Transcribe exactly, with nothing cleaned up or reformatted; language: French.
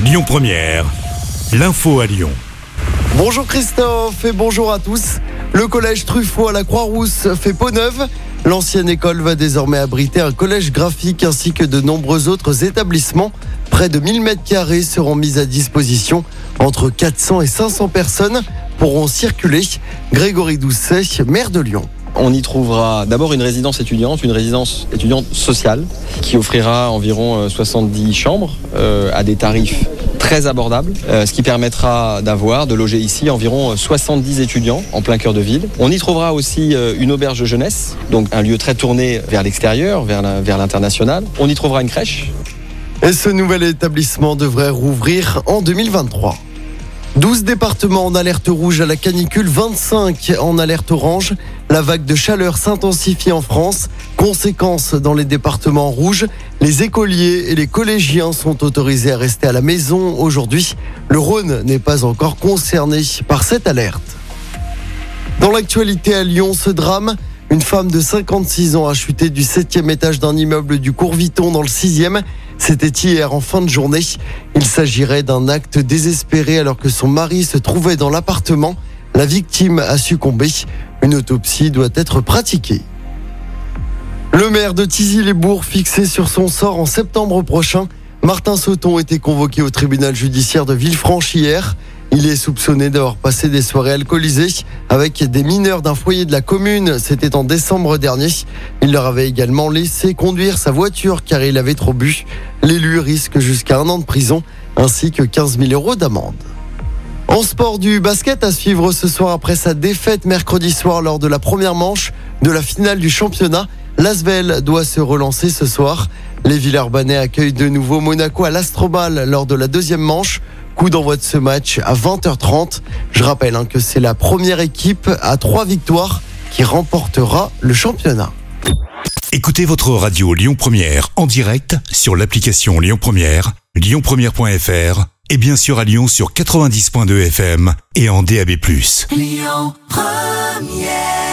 Lyon Première, l'info à Lyon. Bonjour Christophe et bonjour à tous. Le collège Truffaut à la Croix-Rousse fait peau neuve. L'ancienne école va désormais abriter un collège graphique ainsi que de nombreux autres établissements. Près de mille mètres carrés seront mis à disposition. Entre quatre cents et cinq cents personnes pourront circuler. Grégory Doucet, maire de Lyon. On y trouvera d'abord une résidence étudiante, une résidence étudiante sociale qui offrira environ soixante-dix chambres euh, à des tarifs très abordables, euh, ce qui permettra d'avoir, de loger ici environ soixante-dix étudiants en plein cœur de ville. On y trouvera aussi euh, une auberge de jeunesse, donc un lieu très tourné vers l'extérieur, vers, la, vers l'international. On y trouvera une crèche. Et ce nouvel établissement devrait rouvrir en deux mille vingt-trois. douze départements en alerte rouge à la canicule, vingt-cinq en alerte orange. La vague de chaleur s'intensifie en France. Conséquence dans les départements rouges, les écoliers et les collégiens sont autorisés à rester à la maison aujourd'hui. Le Rhône n'est pas encore concerné par cette alerte. Dans l'actualité à Lyon, ce drame. Une femme de cinquante-six ans a chuté du septième étage d'un immeuble du cours Viton dans le sixième. C'était hier en fin de journée. Il s'agirait d'un acte désespéré alors que son mari se trouvait dans l'appartement. La victime a succombé. Une autopsie doit être pratiquée. Le maire de Thizy-les-Bourgs fixé sur son sort en septembre prochain. Martin Sauton était convoqué au tribunal judiciaire de Villefranche hier. Il est soupçonné d'avoir passé des soirées alcoolisées avec des mineurs d'un foyer de la commune. C'était en décembre dernier. Il leur avait également laissé conduire sa voiture car il avait trop bu. L'élu risque jusqu'à un an de prison ainsi que quinze mille euros d'amende. En sport, du basket à suivre ce soir après sa défaite mercredi soir lors de la première manche de la finale du championnat. L'Asvel doit se relancer ce soir. Les Villeurbanais accueillent de nouveau Monaco à l'Astrobal lors de la deuxième manche. Coup d'envoi de ce match à vingt heures trente. Je rappelle hein, que c'est la première équipe à trois victoires qui remportera le championnat. Écoutez votre radio Lyon Première en direct sur l'application Lyon Première, lyon première point f r et bien sûr à Lyon sur quatre-vingt-dix virgule deux F M et en D A B plus. Lyon Première.